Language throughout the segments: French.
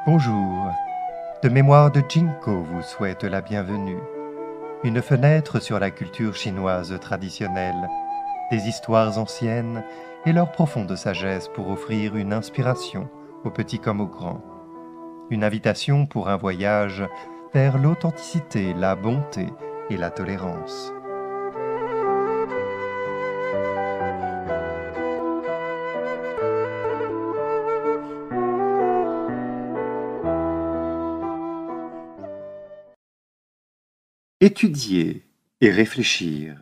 Bonjour, de Mémoire de Jinko vous souhaite la bienvenue. Une fenêtre sur la culture chinoise traditionnelle, des histoires anciennes et leur profonde sagesse pour offrir une inspiration aux petits comme aux grands. Une invitation pour un voyage vers l'authenticité, la bonté et la tolérance. Étudier et réfléchir.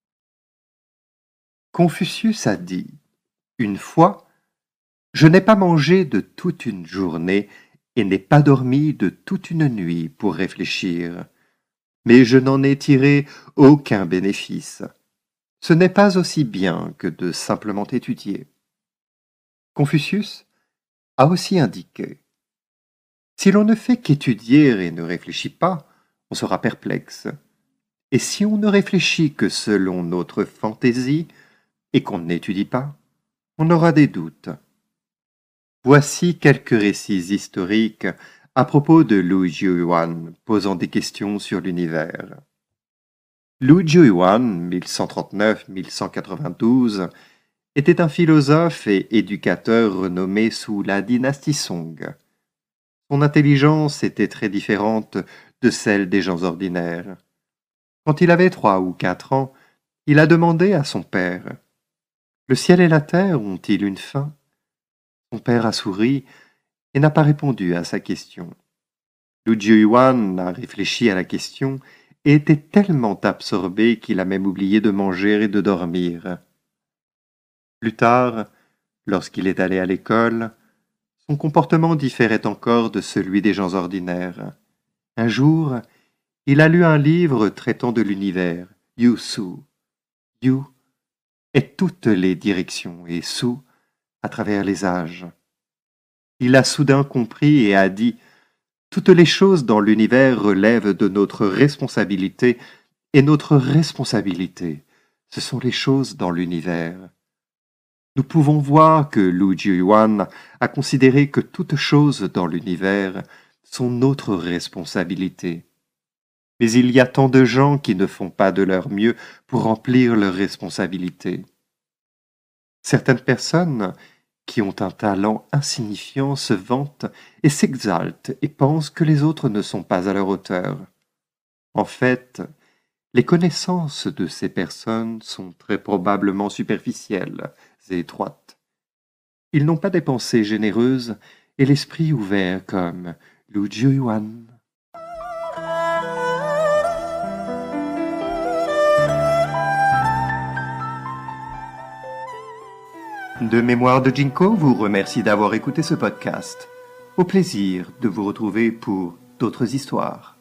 Confucius a dit, une fois, je n'ai pas mangé de toute une journée et n'ai pas dormi de toute une nuit pour réfléchir, mais je n'en ai tiré aucun bénéfice. Ce n'est pas aussi bien que de simplement étudier. Confucius a aussi indiqué, si l'on ne fait qu'étudier et ne réfléchit pas, on sera perplexe. Et si on ne réfléchit que selon notre fantaisie et qu'on n'étudie pas, on aura des doutes. Voici quelques récits historiques à propos de Lu Jiuyuan posant des questions sur l'univers. Lu Jiuyuan, 1139-1192, était un philosophe et éducateur renommé sous la dynastie Song. Son intelligence était très différente de celle des gens ordinaires. Quand il avait 3 ou 4 ans, il a demandé à son père « Le ciel et la terre ont-ils une fin ?» Son père a souri et n'a pas répondu à sa question. Lu Jiuyuan a réfléchi à la question et était tellement absorbé qu'il a même oublié de manger et de dormir. Plus tard, lorsqu'il est allé à l'école, son comportement différait encore de celui des gens ordinaires. Un jour, il a lu un livre traitant de l'univers, Yu Su. Yu est toutes les directions et Su à travers les âges. Il a soudain compris et a dit « Toutes les choses dans l'univers relèvent de notre responsabilité et notre responsabilité, ce sont les choses dans l'univers. » Nous pouvons voir que Lu Jiuyuan a considéré que toutes choses dans l'univers sont notre responsabilité. Mais il y a tant de gens qui ne font pas de leur mieux pour remplir leurs responsabilités. Certaines personnes qui ont un talent insignifiant se vantent et s'exaltent et pensent que les autres ne sont pas à leur hauteur. En fait, les connaissances de ces personnes sont très probablement superficielles et étroites. Ils n'ont pas des pensées généreuses et l'esprit ouvert comme Lu Jiuyuan. De Mémoire de Jinko vous remercie d'avoir écouté ce podcast. Au plaisir de vous retrouver pour d'autres histoires.